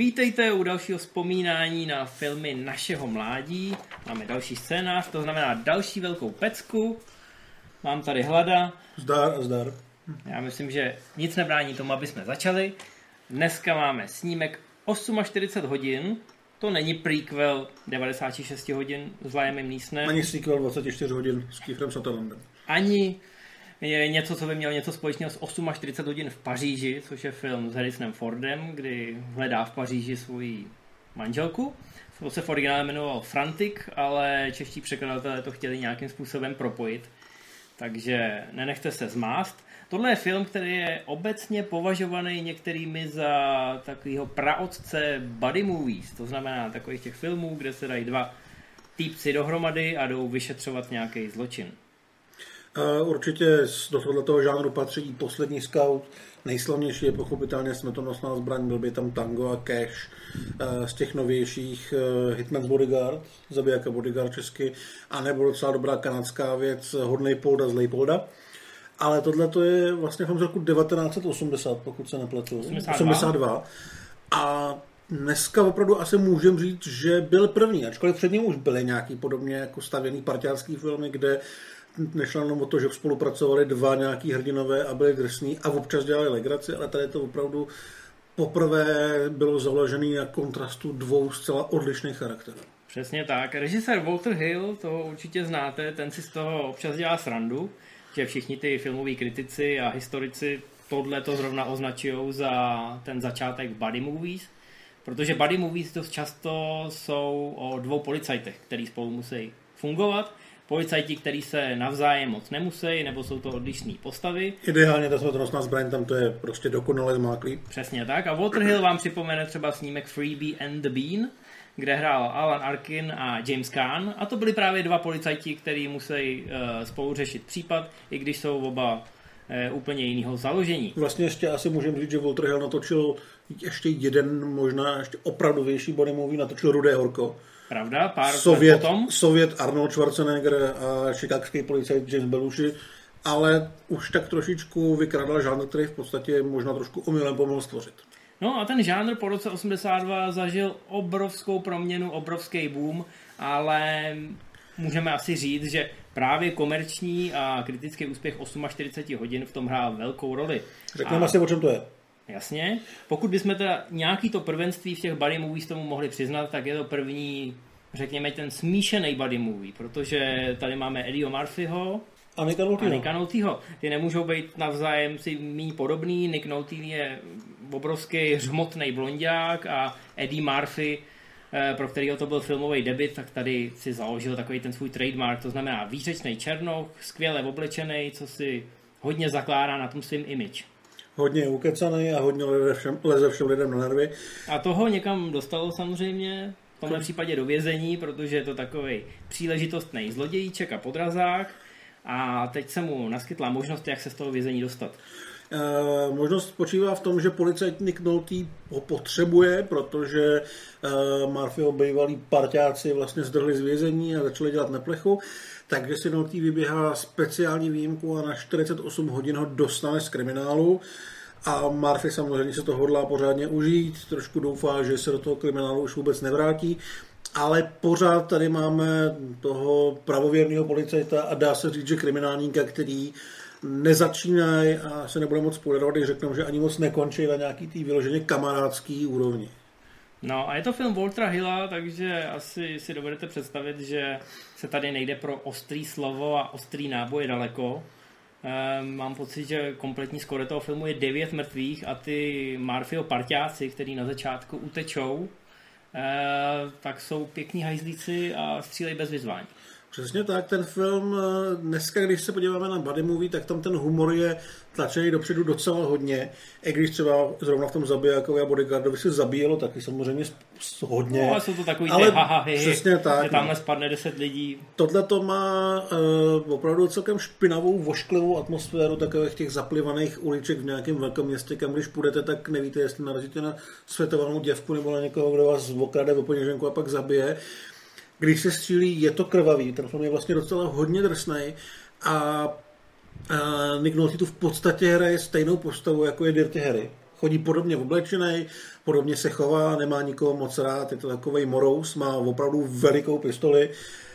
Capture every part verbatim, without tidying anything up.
Vítejte u dalšího vzpomínání na filmy našeho mládí. Máme další scénář, to znamená další velkou pecku. Mám tady Hlada. Zdar, zdar. Já myslím, že nic nebrání tomu, aby jsme začali. Dneska máme snímek čtyřicet osm hodin. To není prequel devadesát šest hodin s Liamem Neesonem. Ani sequel dvacet čtyři hodin s Kieferem Sutherlandem. Ani je něco, co by mělo něco společného s čtyřicet osm hodin v Paříži, což je film s Harrisonem Fordem, kdy hledá v Paříži svoji manželku. To se v originále jmenoval Frantic, ale čeští překladatelé to chtěli nějakým způsobem propojit. Takže nenechte se zmást. Tohle je film, který je obecně považovaný některými za takového praotce buddy movies. To znamená takových těch filmů, kde se dají dva týpci dohromady a jdou vyšetřovat nějaký zločin. Uh, určitě do tohoto žánru patří Poslední scout. Nejslavnější je pochopitelně Smrtonosná zbraň, byl by tam Tango a Cash. Uh, z těch novějších uh, Hitman's Bodyguard, Zabijáka Bodyguard česky, a nebo docela dobrá kanadská věc Hodnej Polda z Leipolda. Ale tohle to je vlastně film z roku devatenáct set osmdesát, pokud se nepletu. osmdesát dva. osmdesát dva. A dneska opravdu asi můžeme říct, že byl první, ačkoliv před ním už byly nějaký podobně jako stavěný parťácký filmy, kde nešlo jenom o to, že spolupracovali dva nějaký hrdinové a byli drsní a občas dělali legraci, ale tady to opravdu poprvé bylo založené na kontrastu dvou zcela odlišných charakterů. Přesně tak. Režisér Walter Hill, toho určitě znáte, ten si z toho občas dělá srandu, že všichni ty filmoví kritici a historici tohle to zrovna označují za ten začátek buddy movies, protože buddy movies dost často jsou o dvou policajtech, který spolu musí fungovat. Policajti, kteří se navzájem moc nemusí, nebo jsou to odlišné postavy. Ideálně ta Smrtonosná zbraň, tam to je prostě dokonale zmáklý. Přesně tak. A Walter Hill vám připomene třeba snímek Freebie and the Bean, kde hrál Alan Arkin a James Caan. A to byli právě dva policajti, kteří musí uh, spolu řešit případ, i když jsou oba uh, úplně jiného založení. Vlastně ještě asi můžeme říct, že Walter Hill natočil ještě jeden, možná ještě opravdovější body movie, natočil Rudé horko. Pravda, pár Sovět, let potom. Sovět Arnold Schwarzenegger a chicagský policajt James Belushi, ale už tak trošičku vykradal žánr, který v podstatě možná trošku omylem pomohl stvořit. No a ten žánr po roce osmdesát dva zažil obrovskou proměnu, obrovský boom, ale můžeme asi říct, že právě komerční a kritický úspěch čtyřicet osm hodin v tom hrál velkou roli. Řekneme a... asi, o čem to je. Jasně. Pokud bychom teda nějaký to prvenství v těch buddy movies tomu mohli přiznat, tak je to první, řekněme, ten smíšený buddy movie, protože tady máme Eddieho Murphyho a Nicka Nolteho. A Nicka Nolteho. Ty nemůžou být navzájem si méně podobný. Nick Nolte je obrovský hřmotný blonďák a Eddie Murphy, pro kterého to byl filmový debut, tak tady si založil takový ten svůj trademark, to znamená výřečný černoch, skvěle oblečený, co si hodně zakládá na tom svým image. Hodně je ukecaný a hodně leze všem, leze všem lidem na nervy. A toho někam dostalo samozřejmě, v tomhle případě do vězení, protože je to takový příležitostný zlodějíček a podrazák a teď se mu naskytla možnost, jak se z toho vězení dostat. E, možnost spočívá v tom, že policajt Nick Nolte ho potřebuje, protože e, Murphyho bývalí parťáci vlastně zdrhli z vězení a začali dělat neplechu. Takže si Nolte vyběhá speciální výjimku a na čtyřicet osm hodin ho dostane z kriminálu a Murphy samozřejmě se to hodlá pořádně užít, trošku doufá, že se do toho kriminálu už vůbec nevrátí, ale pořád tady máme toho pravověrného policajta a dá se říct, že kriminálníka, který nezačínají a se nebude moc spoilerovat, když řeknou, že ani moc nekončí na nějaký tý vyloženě kamarádský úrovni. No a je to film Waltera Hilla, takže asi si dovedete představit, že se tady nejde pro ostrý slovo a ostrý náboj daleko. Ehm, mám pocit, že kompletní skóre toho filmu je devět mrtvých a ty Murphyho parťáci, který na začátku utečou, ehm, tak jsou pěkní hajzlíci a střílejí bez vyzvání. Přesně tak, ten film, dneska, když se podíváme na buddy movie, tak tam ten humor je tlačený dopředu docela hodně. I když třeba zrovna v tom Zabijákovi a Bodyguardovi se zabíjelo taky samozřejmě hodně. No, ale jsou to takový ale ty haha, hi, přesně tak, že tamhle spadne deset lidí. Tohle to má uh, opravdu celkem špinavou, vošklivou atmosféru takových těch zaplivaných uliček v nějakém velkém městě, kam když půjdete, tak nevíte, jestli narazíte na světovanou děvku nebo na někoho, kdo vás okrade o peněženku a pak zabije. Když se střílí, je to krvavý, ten film je vlastně docela hodně drsnej a, a Nick Nolte tu v podstatě hraje stejnou postavu, jako je Dirty Harry. chodí podobně oblečený, podobně se chová, nemá nikoho moc rád, je to takovej morous, má opravdu velikou pistoli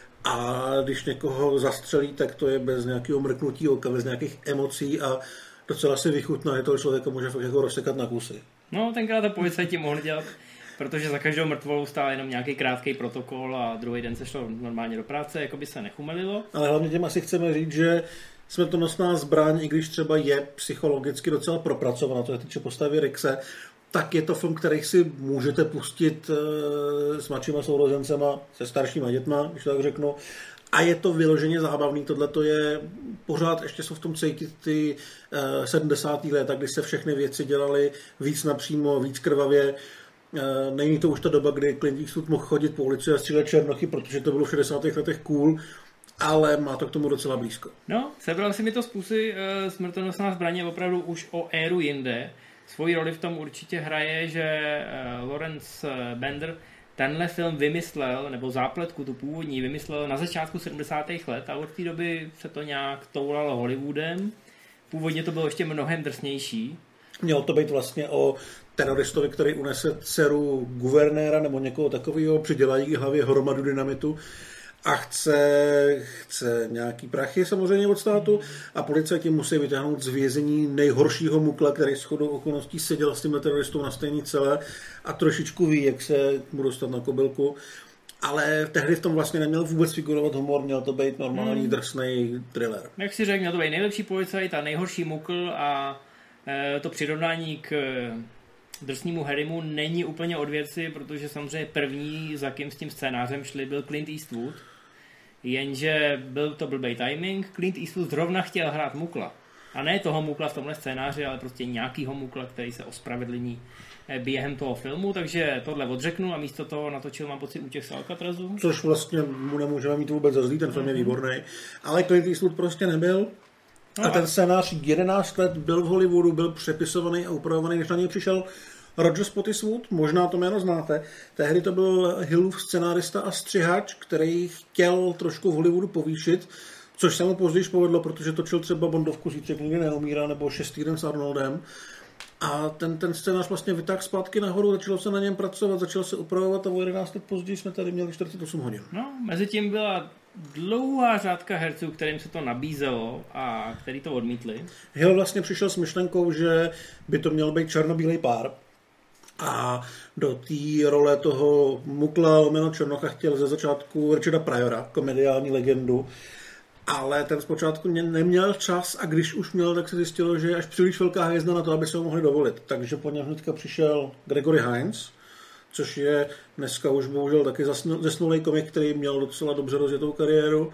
a když někoho zastřelí, tak to je bez nějakého mrknutí oka, bez nějakých emocí a docela si vychutná, že toho člověka může fakt jako rozsekat na kusy. No, tenkrát ta policajti mohli dělat, protože za každou mrtvolu stál jenom nějaký krátký protokol a druhý den se šlo normálně do práce, jako by se nechumelilo. Ale hlavně těm asi chceme říct, že smrtonosná zbraň, i když třeba je psychologicky docela propracovaná, to je týče postavy Rixe, tak je to film, který si můžete pustit e, s mladšíma sourozencema, se staršíma dětma, když tak řeknu. A je to vyloženě zábavný, tohle to je, pořád ještě jsou v tom cítit ty e, sedmdesátá léta, kdy se všechny věci dělaly víc napřímo, víc krvavě. E, není to už ta doba, kdy Clint Eastwood mohl chodit po ulici a střílet černochy, protože to bylo v šedesátých letech cool, ale má to k tomu docela blízko. No, sebral si mi to z pusy, e, smrtonosná zbraně opravdu už o éru jinde. Svoji roli v tom určitě hraje, že e, Lawrence Bender tenhle film vymyslel, nebo zápletku tu původní vymyslel na začátku sedmdesátých let a od té doby se to nějak toulalo Hollywoodem. Původně to bylo ještě mnohem drsnější. Mělo to být vlastně o teroristovi, který unese dceru guvernéra nebo někoho takového, přidělají hlavě hromadu dynamitu a chce, chce nějaký prachy samozřejmě od státu a policajti musí vytáhnout z vězení nejhoršího mukla, který shodou okolností seděl s tímhle teroristou na stejné celé a trošičku ví, jak se mu dostat na kobylku. Ale tehdy v tom vlastně neměl vůbec figurovat humor, měl to být normální hmm. drsnej thriller. Jak si řekl, měl to být nejlepší policajt a nejhorší mukl a e, to přirovnání k e, drsnému Harrymu není úplně od věci, protože samozřejmě první, za kým s tím scénářem šli, byl Clint Eastwood. Jenže byl to blbej timing. Clint Eastwood zrovna chtěl hrát mukla. A ne toho mukla v tomhle scénáři, ale prostě nějakýho mukla, který se ospravedlní během toho filmu, takže tohle odřeknu a místo toho natočil, mám pocit, Útěk z Alcatrazu. Což vlastně mu nemůžeme mít vůbec za zlý, ten film je výborný. Ale Clint Eastwood prostě nebyl. A ten scénář jedenáct let byl v Hollywoodu, byl přepisovaný a upravovaný, než na něj přišel Roger Spottiswoode, možná to jméno znáte. Tehdy to byl Hillův scenárista a střihač, který chtěl trošku v Hollywoodu povýšit, což se mu později povedlo, protože točil třeba Bondovku Zítřek nikdy neumírá nebo Šestý den s Arnoldem. A ten, ten scénář vlastně vytáhl zpátky nahoru, začalo se na něm pracovat, začal se upravovat a o jedenáct let později jsme tady měli čtyřicet osm hodin. No, mezi tím byla dlouhá řádka herců, kterým se to nabízelo a který to odmítli. Hill vlastně přišel s myšlenkou, že by to měl být černobílej pár a do té role toho mukla lomeno černocha chtěl ze začátku Richarda Pryora, komediální legendu, ale ten zpočátku neměl čas a když už měl, tak se zjistilo, že je až příliš velká hvězda na to, aby se ho mohli dovolit. Takže po něm hnedka přišel Gregory Hines, což je dneska už bohužel taky zesnulý komik, který měl docela dobře rozjetou kariéru.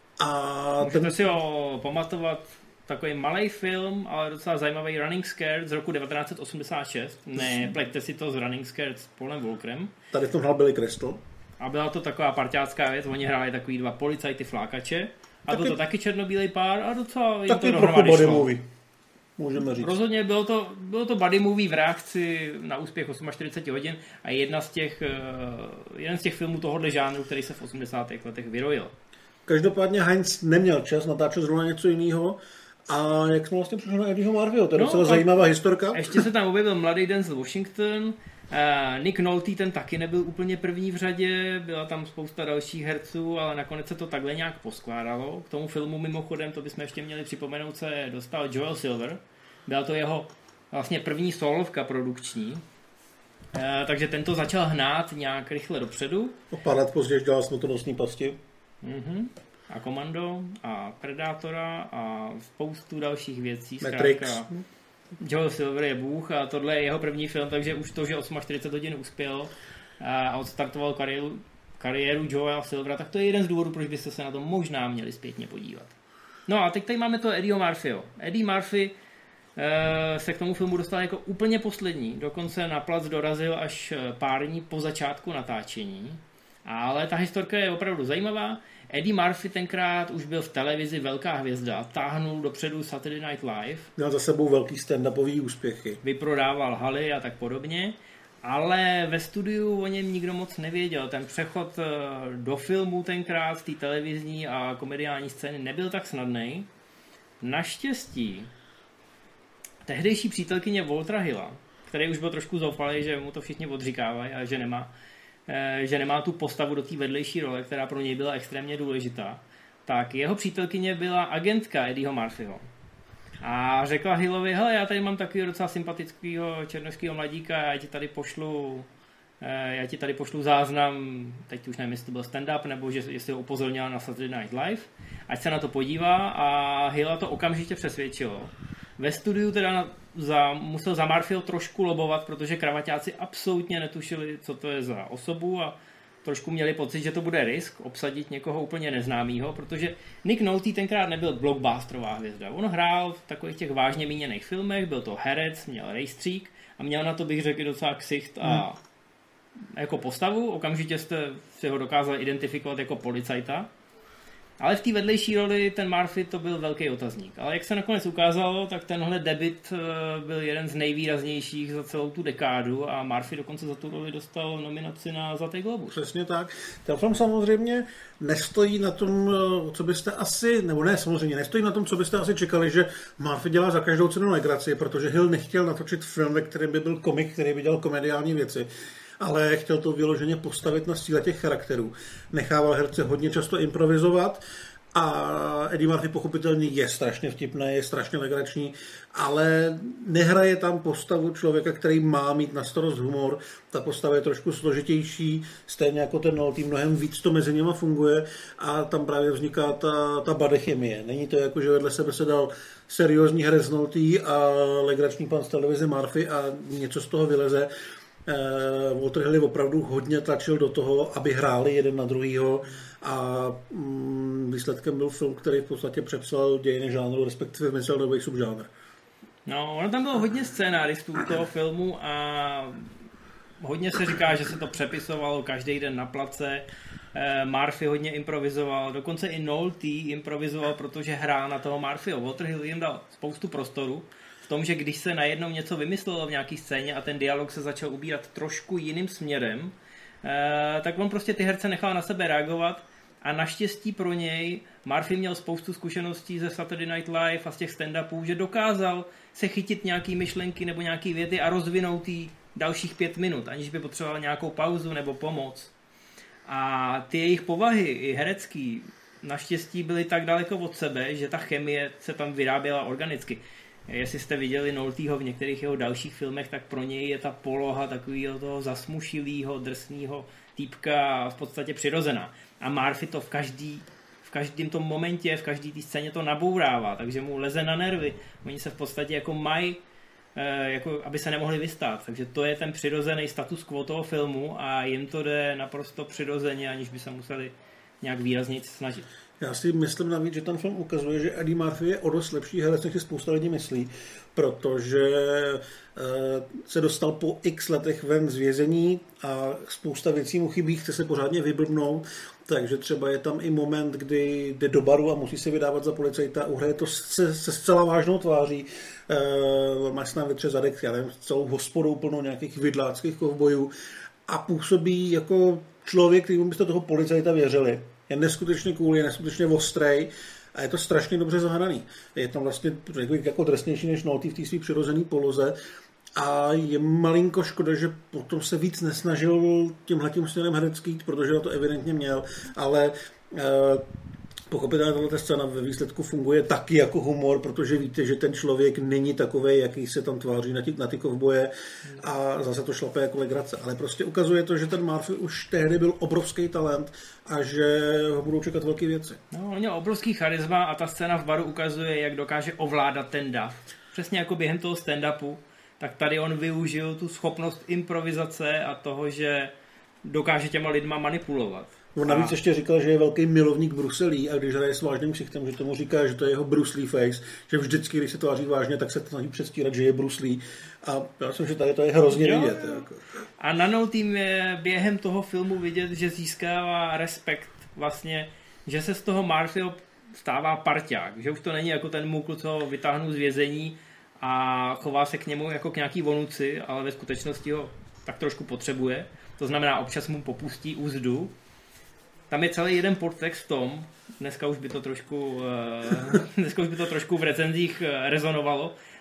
A můžete ten... si ho pamatovat, takový malý film, ale docela zajímavý Running Scared z roku devatenáct set osmdesát šest. Ne, pleťte si to s Running Scared s Paulem Walkerem. Tady v tom hrál Billy Crystal. A byla to taková parťácká věc, oni hráli takový dva policajty flákače. A taky, byl to taky černobílej pár a docela jim to dohromady šlo. Movie. Můžeme říct. Rozhodně bylo to, bylo to buddy movie v reakci na úspěch čtyřicet osm hodin a jedna z těch, jeden z těch filmů tohohle žánru, který se v osmdesátých letech vyrojil. Každopádně Heinz neměl čas natáčet zrovna něco jiného. A jak jsme vlastně přišli na Eddieho Murphyho, to je no, docela zajímavá historka. Ještě se tam objevil mladý Denzel Washington, uh, Nick Nolte, ten taky nebyl úplně první v řadě, byla tam spousta dalších herců, ale nakonec se to takhle nějak poskládalo. K tomu filmu mimochodem, to bychom ještě měli připomenout, se dostal Joel Silver. Byla to jeho vlastně první solovka produkční. Uh, takže tento začal hnát nějak rychle dopředu. O pár let později dělal smrtonosní pasti. Mhm. A Komando a Predátora a spoustu dalších věcí. Matrix. Zkrátka, Joel Silver je bůh a tohle je jeho první film, takže už to, že čtyřicet osm hodin uspěl a odstartoval kariéru, kariéru Joela Silvera, tak to je jeden z důvodů, proč byste se na to možná měli zpětně podívat. No a teď tady máme to Eddieho Murphyho. Eddie Murphy e, se k tomu filmu dostal jako úplně poslední, dokonce na plac dorazil až pár dní po začátku natáčení, ale ta historka je opravdu zajímavá. Eddie Murphy tenkrát už byl v televizi velká hvězda, táhnul dopředu Saturday Night Live. Měl za sebou velký stand-upový úspěchy. Vyprodával haly a tak podobně, ale ve studiu o něm nikdo moc nevěděl. Ten přechod do filmu tenkrát, té televizní a komediální scény nebyl tak snadný. Naštěstí tehdejší přítelkyně Waltera Hilla který už byl trošku zoufalý, že mu to všichni odříkávají a že nemá, že nemá tu postavu do té vedlejší role, která pro něj byla extrémně důležitá, tak jeho přítelkyně byla agentka Eddieho Murphyho. A řekla Hillovi, hele, já tady mám takového docela sympatického černošského mladíka, já ti tady pošlu já ti tady pošlu záznam, teď už nevím, jestli to byl stand-up, nebo že, jestli ho upozornila na Saturday Night Live, ať se na to podívá a Hilla to okamžitě přesvědčilo. Ve studiu teda na, za, musel za Murphyho trošku lobovat, protože kravaťáci absolutně netušili, co to je za osobu a trošku měli pocit, že to bude risk obsadit někoho úplně neznámýho, protože Nick Nolte tenkrát nebyl blockbusterová hvězda. On hrál v takových těch vážně míněných filmech, byl to herec, měl rejstřík a měl na to, bych řekl, docela ksicht a hmm. jako postavu. Okamžitě jste si ho dokázali identifikovat jako policajta. Ale v té vedlejší roli ten Murphy to byl velký otazník. Ale jak se nakonec ukázalo, tak tenhle debut byl jeden z nejvýraznějších za celou tu dekádu a Murphy dokonce za tu roli dostal nominaci na Zlatý globus. Přesně tak. Ten film samozřejmě nestojí na tom, co byste asi, nebo ne samozřejmě, nestojí na tom, co byste asi čekali, že Murphy dělá za každou cenu legraci, protože Hill nechtěl natočit film, ve kterém by byl komik, který by dělal komediální věci, ale chtěl to vyloženě postavit na síle těch charakterů. Nechával herce hodně často improvizovat a Eddie Murphy pochopitelně je strašně vtipný, je strašně legrační, ale nehraje tam postavu člověka, který má mít na starost humor. Ta postava je trošku složitější, stejně jako ten Nolte, mnohem víc to mezi nimi funguje a tam právě vzniká ta, ta badechemie. Není to jako, že vedle sebe se dal seriózní herec Nolte a legrační pan z televize Murphy a něco z toho vyleze. Walter Hill opravdu hodně tlačil do toho, aby hráli jeden na druhýho a mm, výsledkem byl film, který v podstatě přepsal dějiny žánru, respektive vymyslel nový subžánr. No, ono tam bylo hodně scénáristů toho filmu a hodně se říká, že se to přepisovalo každý den na place. Murphy hodně improvizoval, dokonce i Nolte improvizoval, protože hrál na toho Murphyho. Walter Hill jim dal spoustu prostoru v tom, že když se najednou něco vymyslelo v nějaký scéně a ten dialog se začal ubírat trošku jiným směrem, eh, tak on prostě ty herce nechal na sebe reagovat a naštěstí pro něj Murphy měl spoustu zkušeností ze Saturday Night Live a z těch stand-upů, že dokázal se chytit nějaký myšlenky nebo nějaký věty a rozvinout jí dalších pět minut, aniž by potřeboval nějakou pauzu nebo pomoc. A ty jejich povahy, i herecký, naštěstí byly tak daleko od sebe, že ta chemie se tam vyráběla organicky. Jestli jste viděli Nolteho v některých jeho dalších filmech, tak pro něj je ta poloha takového toho zasmušilého, drsného týpka v podstatě přirozená. A Murphy to v každý, v každém tom momentě, v každé té scéně to nabourává, takže mu leze na nervy. Oni se v podstatě jako mají, jako aby se nemohli vystát. Takže to je ten přirozený status quo toho filmu a jim to jde naprosto přirozeně, aniž by se museli nějak výrazně snažit. Já si myslím navíc, že ten film ukazuje, že Eddie Murphy je o dost lepší herec, než si spousta lidí myslí, protože se dostal po x letech ven z vězení a spousta věcí mu chybí, chce se pořádně vyblbnout, takže třeba je tam i moment, kdy jde do baru a musí se vydávat za policajta, uhraje to se, se zcela vážnou tváří, máš tam vytře zadek, já nevím, celou hospodou plnou nějakých vidláckých kovbojů a působí jako člověk, kterým byste toho policajta věřili. Je neskutečně cool, je neskutečně ostrej a je to strašně dobře zahraný. Je tam vlastně jako drsnější než Nolte v té svý přirozený poloze a je malinko škoda, že potom se víc nesnažil tímhletím směrem herecký, protože ho to evidentně měl, ale eh, pochopitelně tato scéna ve výsledku funguje taky jako humor, protože víte, že ten člověk není takovej, jaký se tam tváří na ty, na ty kovboje a zase to šlape jako legrace. Ale prostě ukazuje to, že ten Murphy už tehdy byl obrovský talent a že ho budou čekat velké věci. No, on měl obrovský charisma a ta scéna v baru ukazuje, jak dokáže ovládat ten dav. Přesně jako během toho stand-upu, tak tady on využil tu schopnost improvizace a toho, že dokáže těma lidma manipulovat. On navíc ještě říkal, že je velký milovník Bruce Lee a když hraje s vážným ksichtem, že tomu říká, že to je jeho Bruce Lee face, že vždycky, když se tváří vážně, tak se snaží předstírat, že je Bruce Lee. A já myslím, že tady to je hrozně jo. vidět. Jako. A na Noltým je během toho filmu vidět, že získává respekt vlastně, že se z toho Murphyho stává parťák, že už to není jako ten mukl, co ho vytáhnou z vězení a chová se k němu jako k nějaký vonuci, ale ve skutečnosti ho tak trošku potřebuje. To znamená, občas mu popustí úzdu. Tam je celý jeden podtext v tom, dneska už by to trošku, dneska už by to trošku v recenzích rezonovalo,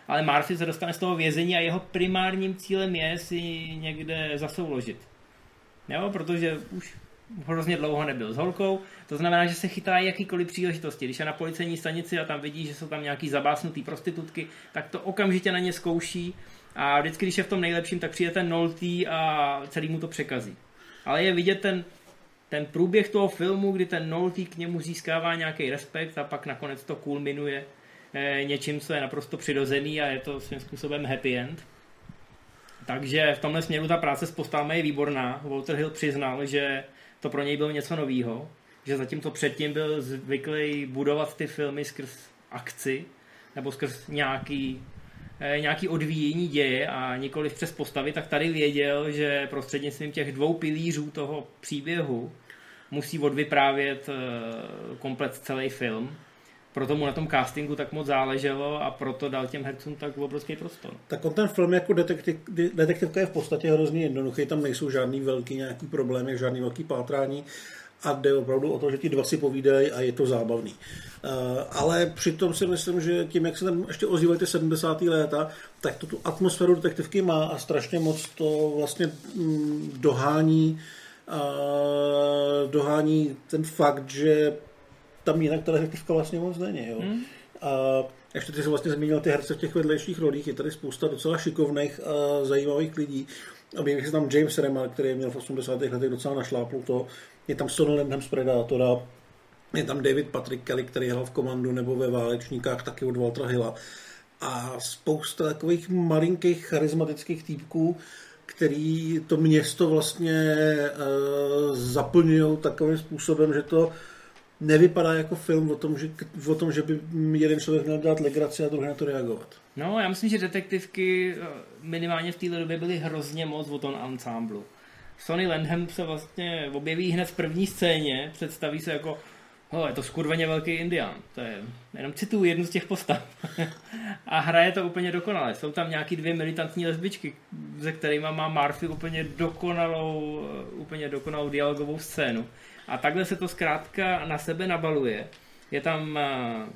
ale Murphy se dostane z toho vězení a jeho primárním cílem je si někde zasouložit. Jo, protože už hrozně dlouho nebyl s holkou, to znamená, že se chytá jakýkoliv příležitosti. Když je na policejní stanici a tam vidí, že jsou tam nějaký zabásnutý prostitutky, tak to okamžitě na ně zkouší a vždycky, když je v tom nejlepším, tak přijde ten nultý a celý mu to překazí. Ale je vidět ten, ten průběh toho filmu, kdy ten nultý k němu získává nějaký respekt a pak nakonec to kulminuje eh, něčím, co je naprosto přirozený a je to svým způsobem happy end. Takže v tomhle směru ta práce s postavami je výborná. Walter Hill přiznal, že to pro něj bylo něco novýho, že zatímco předtím byl zvyklý budovat ty filmy skrz akci nebo skrz nějaký, eh, nějaký odvíjení děje a nikoliv přes postavy, tak tady věděl, že prostřednictvím těch dvou pilířů toho příběhu musí odvyprávět eh, komplet celý film. Proto mu na tom castingu tak moc záleželo a proto dal těm hercům tak obrovský prostor. Tak on ten film jako detektiv, detektivka je v podstatě hrozně jednoduchý, tam nejsou žádný velký nějaký problémy, žádný velký pátrání a jde opravdu o to, že ti dva si povídají a je to zábavný. Uh, ale přitom si myslím, že tím, jak se tam ještě ozývají ty sedmdesátá léta, tak to tu atmosféru detektivky má a strašně moc to vlastně mm, dohání, uh, dohání ten fakt, že tam jinak ta detektivka vlastně moc není. Jo? Hmm. A ještě ty jsi vlastně zmínil ty herce v těch vedlejších rolích, je tady spousta docela šikovných a zajímavých lidí. Objeví se tam James Remar, který měl v osmdesátých letech docela našlápnul to. Je tam Sonny Landham z Predátora, je tam David Patrick Kelly, který hrál v Komandu nebo ve Válečníkách, taky od Waltera Hilla. A spousta takových malinkých charismatických týpků, který to město vlastně uh, zaplňují takovým způsobem, že to nevypadá jako film o tom, že, o tom, že by jeden člověk měl dát legraci a druhý na to reagovat. No, já myslím, že detektivky minimálně v této době byly hrozně moc o tom ansámblu. Sonny Landham se vlastně objeví hned v první scéně, představí se jako oh, je to skurveně velký indián. To je, jenom cituju jednu z těch postav. A hraje to úplně dokonale. Jsou tam nějaký dvě militantní lesbičky, se kterými má Murphy úplně dokonalou, úplně dokonalou dialogovou scénu. A takhle se to zkrátka na sebe nabaluje. Je tam uh,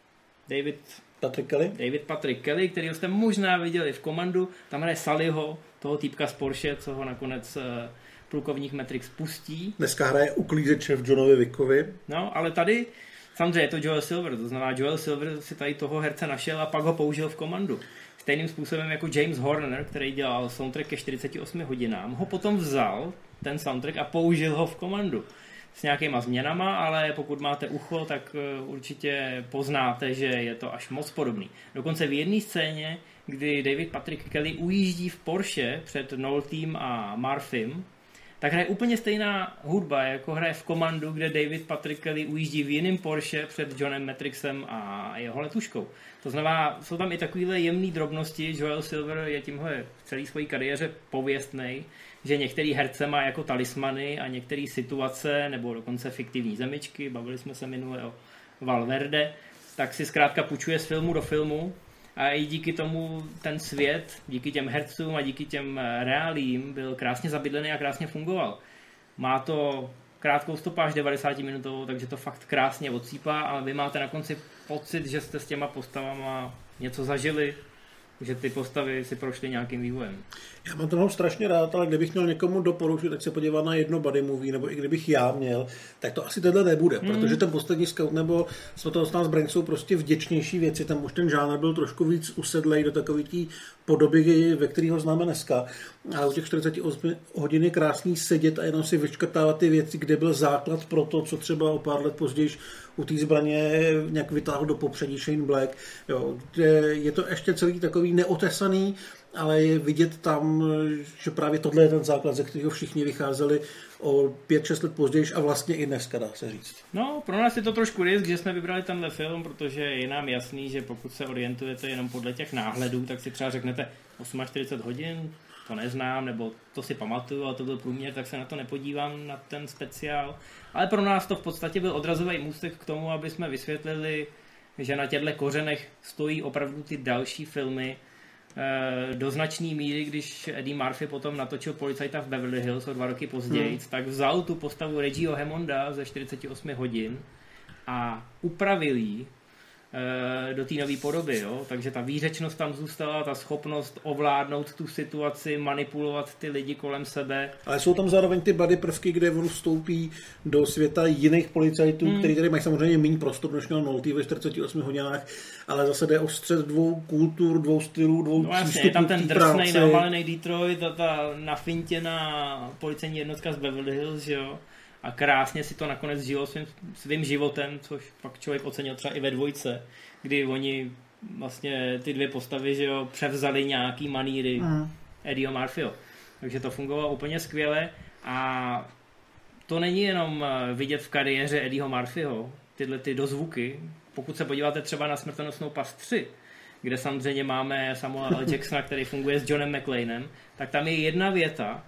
David Patrick Kelly, David Patrick Kelly, kterýho jste možná viděli v Komandu. Tam hraje Sullyho, toho týpka z Porsche, co ho nakonec uh, plukovník Matrix pustí. Dneska hraje uklízeče v Johnovi Wickovi. No, ale tady samozřejmě je to Joel Silver, to znamená Joel Silver si tady toho herce našel a pak ho použil v Komandu. Stejným způsobem jako James Horner, který dělal soundtrack ke čtyřiceti osmi hodinám, ho potom vzal, ten soundtrack, a použil ho v Komandu. S nějakýma změnama, ale pokud máte ucho, tak určitě poznáte, že je to až moc podobný. Dokonce v jedné scéně, kdy David Patrick Kelly ujíždí v Porsche před Noltym a Murphym, tak hraje úplně stejná hudba, jako hraje v Komandu, kde David Patrick Kelly ujíždí v jiném Porsche před Johnem Matrixem a jeho letuškou. To znamená, jsou tam i takovéhle jemné drobnosti. Joel Silver je tímhle v celé své kariéře pověstnej, že některý herce má jako talismany a některé situace, nebo dokonce fiktivní zemičky, bavili jsme se minule o Valverde, tak si zkrátka půjčuje z filmu do filmu a i díky tomu ten svět, díky těm hercům a díky těm reálím byl krásně zabydlený a krásně fungoval. Má to krátkou stopáž devadesátiminutovou, takže to fakt krásně odsýpá, ale vy máte na konci pocit, že jste s těma postavama něco zažili, že ty postavy si prošly nějakým vývojem. Já mám to mám strašně rád, ale kdybych měl někomu doporučit, tak se podívat na jedno buddy movie, nebo i kdybych já měl, tak to asi tohle nebude, hmm. protože ten poslední Scout nebo Smrtelnostná zbraň jsou prostě vděčnější věci, tam už ten žánr byl trošku víc usedlej do takové té podoby, ve které ho známe dneska. A u těch čtyřiceti osmi hodin je krásný sedět a jenom si vyškrtávat ty věci, kde byl základ pro to, co třeba o pár let později u té zbraně nějak vytáhl do popředí Shane Black. Jo, je to ještě celý takový neotesaný, ale je vidět tam, že právě tohle je ten základ, ze kterého všichni vycházeli o pět šest let později a vlastně i dneska, dá se říct. No, pro nás je to trošku risk, že jsme vybrali tenhle film, protože je nám jasný, že pokud se orientujete jenom podle těch náhledů, tak si třeba řeknete čtyřicet osm hodin, to neznám, nebo to si pamatuju, ale to byl průměr, tak se na to nepodívám, na ten speciál. Ale pro nás to v podstatě byl odrazový můstek k tomu, aby jsme vysvětlili, že na těchto kořenech stojí opravdu ty další filmy, do značné míry, když Eddie Murphy potom natočil Policajta v Beverly Hills o dva roky později, hmm. tak vzal tu postavu Reggieho Hammonda ze čtyřiceti osmi hodin a upravil ji do té nové podoby, jo? Takže ta výřečnost tam zůstala, ta schopnost ovládnout tu situaci, manipulovat ty lidi kolem sebe. Ale jsou tam zároveň ty body prvky, kde on vstoupí do světa jiných policajtů, hmm. který tady mají samozřejmě méně prostor, než měl Nolte ve čtyřiceti osmi hodinách, ale zase jde o střed dvou kultur, dvou stylů, dvou no jasně, je tam ten drsnej, namalený Detroit a ta nafintěná policejní jednotka z Beverly Hills, že jo? A krásně si to nakonec žilo svým, svým životem, což pak člověk ocenil třeba i ve dvojce, kdy oni vlastně ty dvě postavy, že jo, převzali nějaký maníry mm. Eddieho Murphyho. Takže to fungovalo úplně skvěle a to není jenom vidět v kariéře Eddieho Murphyho, tyhle ty dozvuky. Pokud se podíváte třeba na Smrtonosnou past tři, kde samozřejmě máme Samuela L. Jacksona, který funguje s Johnem McClanem, tak tam je jedna věta,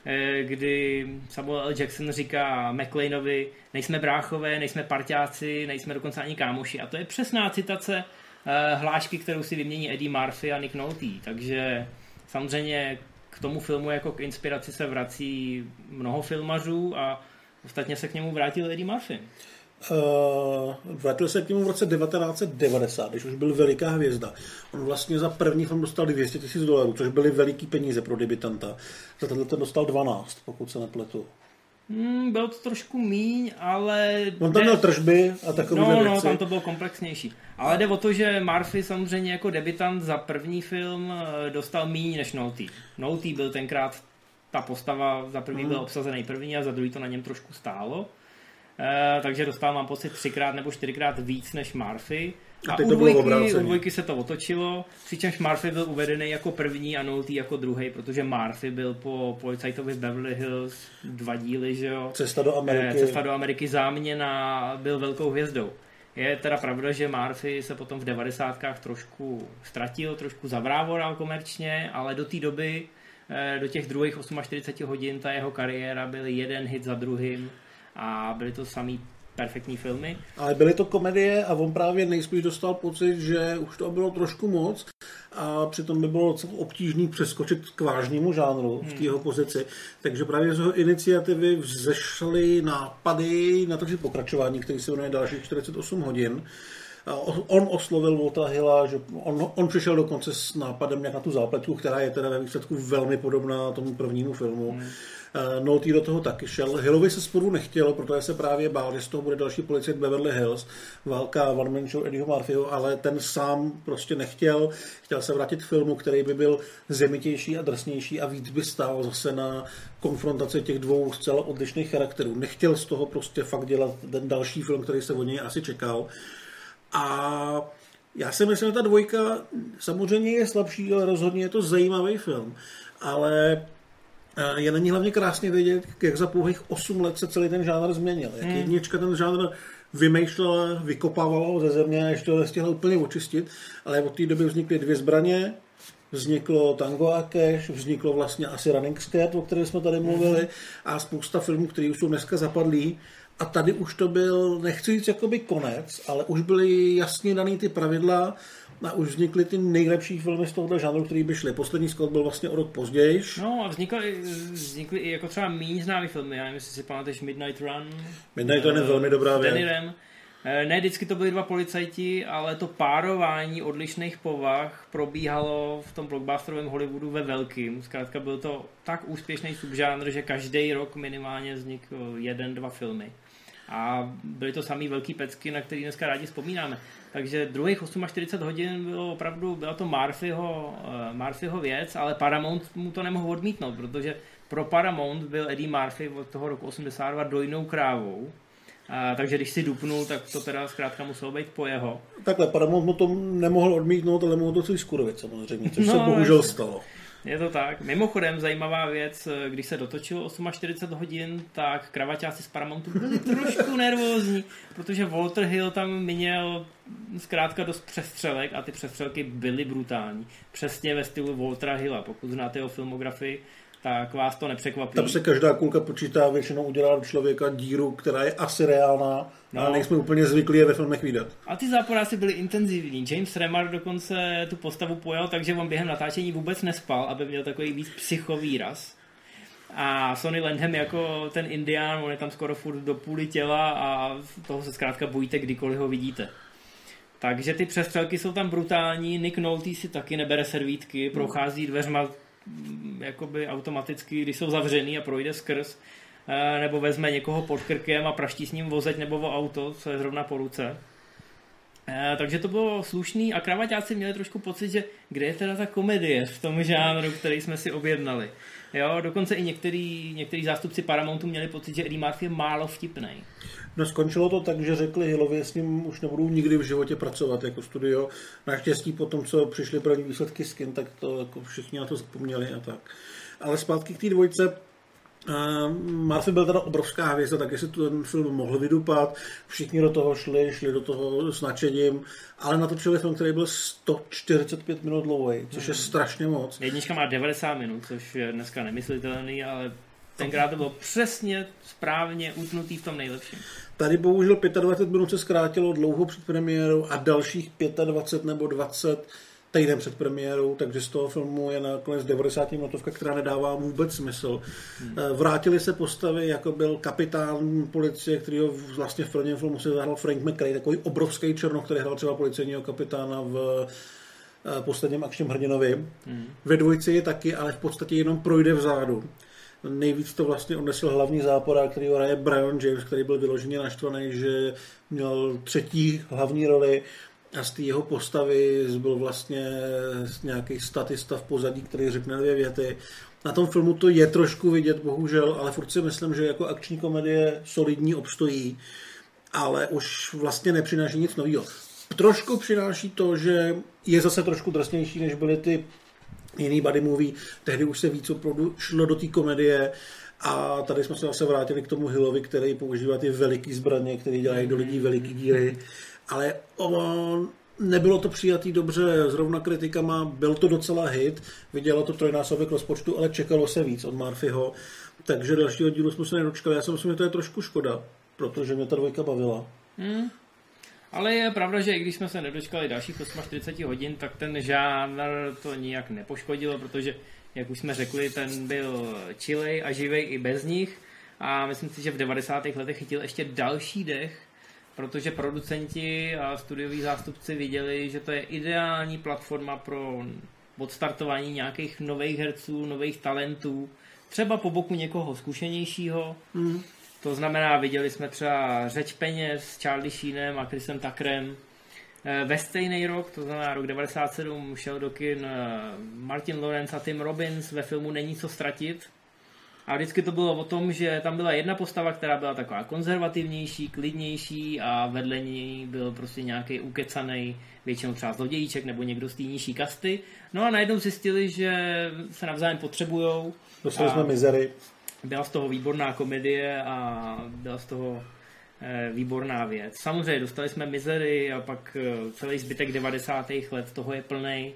kdy Samuel L. Jackson říká McClanovi, nejsme bráchové, nejsme parťáci, nejsme dokonce ani kámoši. A to je přesná citace hlášky, kterou si vymění Eddie Murphy a Nick Nolte. Takže samozřejmě k tomu filmu jako k inspiraci se vrací mnoho filmařů a ostatně se k němu vrátil Eddie Murphy. Uh, vrátil se k němu v roce devatenáct set devadesát, když už byl veliká hvězda. On vlastně za první film dostal dvě stě tisíc dolarů, což byly veliký peníze pro debutanta. Za tenhle ten dostal dvanáct, pokud se nepletu. Hmm, bylo to trošku míň, ale... On tam měl tržby a takové no, věci. No, tam to bylo komplexnější. Ale jde o to, že Murphy samozřejmě jako debutant za první film dostal míň než Nolte. Nolte byl tenkrát, ta postava za první hmm. byl obsazený první a za druhý to na něm trošku stálo. Uh, takže dostal, mám pocit, třikrát nebo čtyřikrát víc než Murphy. A, a u, dvojky, u dvojky se to otočilo, přičemž Murphy byl uvedený jako první a Nolte jako druhý, protože Murphy byl po policajtovi z Beverly Hills dva díly, že jo. Cesta do Ameriky. Cesta do Ameriky, záměna, byl velkou hvězdou. Je teda pravda, že Murphy se potom v devadesátkách trošku ztratil, trošku zavrávoral komerčně, ale do té doby, do těch druhých čtyřiceti osmi hodin, ta jeho kariéra byl jeden hit za druhým. A byly to samý perfektní filmy. Ale byly to komedie a on právě nejspíš dostal pocit, že už to bylo trošku moc a přitom by bylo docela obtížný přeskočit k vážnému žánru v té jeho pozici. Takže právě z jeho iniciativy vzešly nápady na takže pokračování, který se jmenuje dalších čtyřicet osm hodin. On oslovil Waltera Hilla, že on, on přišel dokonce s nápadem nějak na tu zápletku, která je teda ve výsledku velmi podobná tomu prvnímu filmu. Hmm. Nolte do toho taky šel. Hillovi se sporu nechtělo, protože se právě bál, že z toho bude další policajt Beverly Hills, válka one man show Eddieho Murphyho, ale ten sám prostě nechtěl. Chtěl se vrátit k filmu, který by byl zemitější a drsnější a víc by stál zase na konfrontaci těch dvou zcela odlišných charakterů. Nechtěl z toho prostě fakt dělat ten další film, který se od něj asi čekal. A já si myslím, že ta dvojka samozřejmě je slabší, ale rozhodně je to zajímavý film. Ale je na ní hlavně krásně vidět, jak za pouhých osm let se celý ten žánr změnil. Jak hmm. jednička ten žánr vymýšlela, vykopávala ho ze země a ještě ho nestihla úplně očistit, ale od té doby vznikly dvě zbraně, vzniklo Tango a Cash, vzniklo vlastně asi Running Scared, o kterém jsme tady mluvili, hmm. a spousta filmů, které už jsou dneska zapadlý. A tady už to byl, nechci říct jakoby konec, ale už byly jasně daný ty pravidla a už vznikly ty nejlepší filmy z tohoto žánru, který by šly. Poslední skok byl vlastně o rok později. No a vznikly, vznikly i jako třeba méně známý filmy. Já nevím, jestli si pamatuješ Midnight Run. Midnight Run je velmi dobrá věc. Ne, vždycky to byli dva policajti, ale to párování odlišných povah probíhalo v tom blockbusterovém Hollywoodu ve velkým. Zkrátka byl to tak úspěšný subžánr, že každý rok minimálně vznikl jeden, dva filmy. A byly to samý velký pecky, na který dneska rádi vzpomínáme. Takže druhých čtyřicet osm hodin bylo opravdu, byla to Murphyho, uh, Murphyho věc, ale Paramount mu to nemohl odmítnout, protože pro Paramount byl Eddie Murphy od toho roku osmdesát dva dojnou krávou. A, takže když si dupnul, tak to teda zkrátka muselo být po jeho. Takhle, Paramount mu to nemohl odmítnout, ale mohl to celý skurvit samozřejmě, což no, se bohužel stalo. Je to tak. Mimochodem zajímavá věc, když se dotočilo čtyřicet osm hodin, tak kravaťáci z Paramountu byli trošku nervózní, protože Walter Hill tam měl zkrátka dost přestřelek a ty přestřelky byly brutální. Přesně ve stylu Waltera Hilla. Pokud znáte jeho filmografii, tak vás to nepřekvapí. Tam se každá kulka počítá, většinou udělá do člověka díru, která je asi reálná, no. Ale nejsme úplně zvyklí je ve filmech vidět. A ty záporáci byly intenzivní. James Remar dokonce tu postavu pojal, takže on během natáčení vůbec nespal, aby měl takový víc psychovýraz. A Sonny Landham jako ten indián, on je tam skoro furt do půly těla a toho se zkrátka bojíte, kdykoliv ho vidíte. Takže ty přestřelky jsou tam brutální, Nick Nolte si taky nebere servítky, prochází dveřma jakoby automaticky, když jsou zavřený a projde skrz, nebo vezme někoho pod krkem a praští s ním vozeť nebo o auto, co je zrovna po ruce. Takže to bylo slušný a kravaťáci měli trošku pocit, že kde je teda ta komedie v tom žánru, který jsme si objednali. Jo, dokonce i některý, některý zástupci Paramountu měli pocit, že Eddie Murphy je málo vtipnej. No skončilo to tak, že řekli Hillovi, s ním už nebudou nikdy v životě pracovat jako studio. Naštěstí po tom, co přišly první výsledky Skin, tak to jako všichni na to zapomněli a tak. Ale zpátky k té dvojce. Uh, Murphy byl teda obrovská hvězda, taky si ten film mohl vydupat, všichni do toho šli, šli do toho s nadšením, ale natočili film, který byl sto čtyřicet pět minut dlouhý, což je strašně moc. Jednička má devadesát minut, což je dneska nemyslitelný, ale tenkrát to bylo přesně správně utnutý v tom nejlepším. Tady bohužel dvacet pět minut se zkrátilo dlouho před premiérou a dalších dvacet pět nebo dvacet týden před premiérou, takže z toho filmu je nakonec devadesátiminutovka, která nedává vůbec smysl. Hmm. Vrátili se postavy, jako byl kapitán policie, který ho vlastně v prvním filmu se zahrál Frank McRae, takový obrovský černoch, který hrál třeba policejního kapitána v posledním akčním hrdinovi. Hmm. Ve dvojci je taky, ale v podstatě jenom projde vzadu. Nejvíc to vlastně odnesl hlavní záporák, který hraje Brian James, který byl vyloženě naštvaný, že měl třetí hlavní roli a z té jeho postavy byl vlastně nějaký statista v pozadí, který řekne dvě věty. Na tom filmu to je trošku vidět, bohužel, ale furt si myslím, že jako akční komedie solidní obstojí, ale už vlastně nepřináší nic nového. Trošku přináší to, že je zase trošku drsnější, než byly ty jiný buddy movie. Tehdy už se víc opravdu šlo do té komedie a tady jsme se zase vrátili k tomu Hillovi, který používá ty veliký zbraně, který dělají do lidí veliký díry. Ale on, nebylo to přijatý dobře zrovna kritikama, byl to docela hit, vidělo to trojnásobek rozpočtu, ale čekalo se víc od Murphyho, takže dalšího dílu jsme se nedočkali. Já si myslím, že to je trošku škoda, protože mě ta dvojka bavila. Hmm. Ale je pravda, že i když jsme se nedočkali dalších čtyřicet osm hodin, tak ten žánr to nijak nepoškodilo, protože, jak už jsme řekli, ten byl chilej a živej i bez nich a myslím si, že v devadesátých letech chytil ještě další dech, protože producenti a studioví zástupci viděli, že to je ideální platforma pro odstartování nějakých nových herců, nových talentů, třeba po boku někoho zkušenějšího. Mm. To znamená, viděli jsme třeba Řeč peněz s Charlie Sheenem a Chrisem Tuckerem. Ve stejný rok, to znamená rok devadesát sedm, šel do kin Martin Lawrence a Tim Robbins ve filmu Není co ztratit. A vždycky to bylo o tom, že tam byla jedna postava, která byla taková konzervativnější, klidnější a vedle ní byl prostě nějaký ukecanej, většinou třeba zlodějíček nebo někdo z té nižší kasty. No a najednou zjistili, že se navzájem potřebujou. Dostali jsme mizery. Byla z toho výborná komedie a byla z toho e, výborná věc. Samozřejmě dostali jsme mizery a pak e, celý zbytek devadesátých let toho je plnej.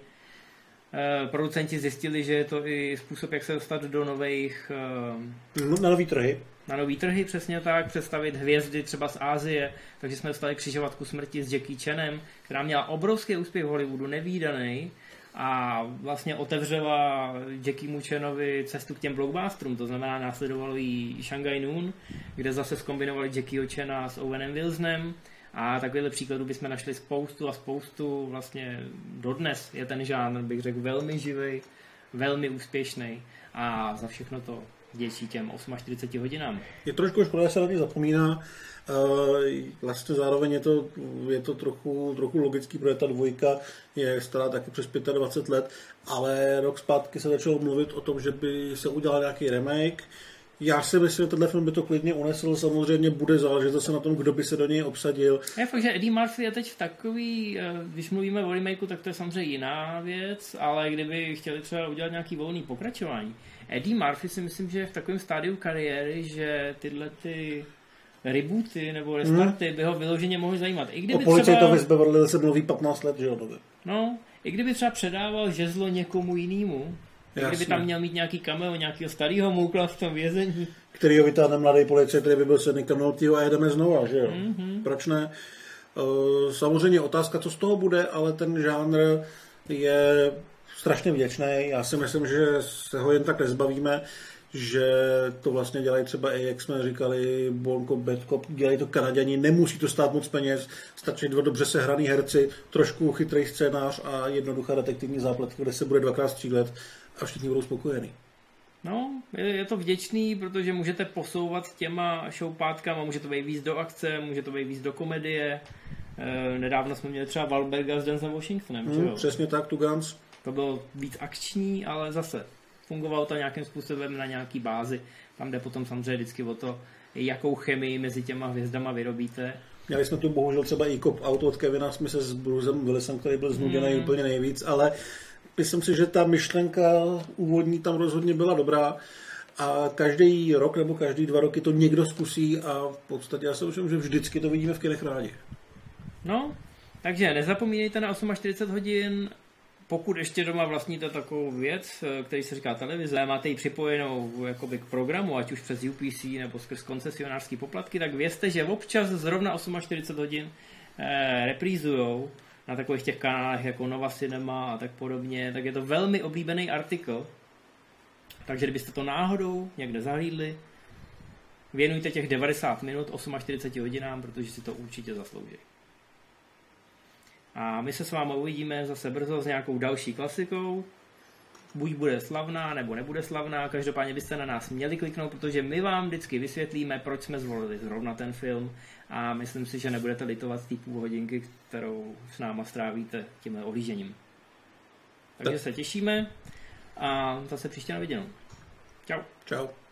E, producenti zjistili, že je to i způsob, jak se dostat do nových... E, na nový trhy. Na nový trhy, přesně tak. Představit hvězdy třeba z Asie. Takže jsme dostali Křižovatku smrti s Jackie Chanem, která měla obrovský úspěch v Hollywoodu, nevídaný. A vlastně otevřela Jackiemu Chanovi cestu k těm blockbusterům, to znamená následovalo jí Shanghai Noon, kde zase zkombinovali Jackieho Chana s Owenem Wilsonem a takovýhle příkladů bychom našli spoustu a spoustu, vlastně dodnes je ten žánr, bych řekl, velmi živý, velmi úspěšný a za všechno to děčí těm čtyřicet osm hodinám. Je trošku škoda, se na ně zapomíná. Vlastně zároveň je to, je to trochu, trochu logický, protože ta dvojka je stará taky přes dvacet pět let, ale rok zpátky se začalo mluvit o tom, že by se udělal nějaký remake. Já si myslím, že tenhle film by to klidně unesl, samozřejmě bude záležet zase na tom, kdo by se do něj obsadil. Je fakt, že Eddie Murphy je teď v takový, když mluvíme o remakeu, tak to je samozřejmě jiná věc, ale kdyby chtěli třeba udělat nějaký volný pokračování. Eddie Murphy si myslím, že je v takovém stádiu kariéry, že tyhle ty rebooty nebo restarty hmm. by ho vyloženě mohly zajímat. I kdyby o policajtovi z Beverly Hills se mluví patnáct let, že jo? No, i kdyby třeba předával žezlo někomu jinému, i kdyby tam měl mít nějaký cameo, nějakého starého moukla v tom vězení. Který ho vytáhne mladý policajt, který by byl se Nicka Nolteho a jedeme znova, že jo? Mm-hmm. Proč ne? Samozřejmě otázka, co z toho bude, ale ten žánr je strašně vděčný. Já si myslím, že se ho jen tak nezbavíme. že to vlastně dělají třeba i, jak jsme říkali, Bon Cop, Bad Cop, dělají to Kanaďani, nemusí to stát moc peněz, stačí dva dobře sehraný herci, trošku chytrý scénář a jednoduchá detektivní zápletka, kde se bude dvakrát střílet a všichni budou spokojení. No, je, je to vděčný, protože můžete posouvat těma šoupátkama, může to být víc do akce, může to být víc do komedie. E, nedávno jsme měli třeba Wahlberga s Denzem Washingtonem, hmm, že jo? Přesně tak, Two Guns. To bylo víc akční, ale zase fungovalo to nějakým způsobem na nějaký bázi. Tam jde potom samozřejmě vždycky o to, jakou chemii mezi těma hvězdama vyrobíte. Měli jsme tu bohužel třeba i Cop Out od Kevina Smithe s Brucem Willisem, který byl znuděný hmm. úplně nejvíc, ale myslím si, že ta myšlenka úvodní tam rozhodně byla dobrá a každý rok nebo každý dva roky to někdo zkusí a v podstatě já si myslím, že vždycky to vidíme v kinech rádi. No, takže nezapomínejte na čtyřicet osm hodin, pokud ještě doma vlastníte takovou věc, který se říká televize, máte ji připojenou jakoby k programu, ať už přes U P C nebo skrz koncesionářský poplatky, tak vězte, že občas zrovna čtyřicet osm hodin eh, reprízujou na takových těch kanálech jako Nova Cinema a tak podobně, tak je to velmi oblíbený artikl. Takže kdybyste to náhodou někde zahlídli, věnujte těch devadesát minut čtyřicet osm hodinám, protože si to určitě zaslouží. A my se s vámi uvidíme zase brzo s nějakou další klasikou. Buď bude slavná, nebo nebude slavná, každopádně byste na nás měli kliknout, protože my vám vždycky vysvětlíme, proč jsme zvolili zrovna ten film a myslím si, že nebudete litovat z té půl hodinky, kterou s náma strávíte tímhle ohlížením. Takže se těšíme a zase příště na viděnou. Čau. Čau.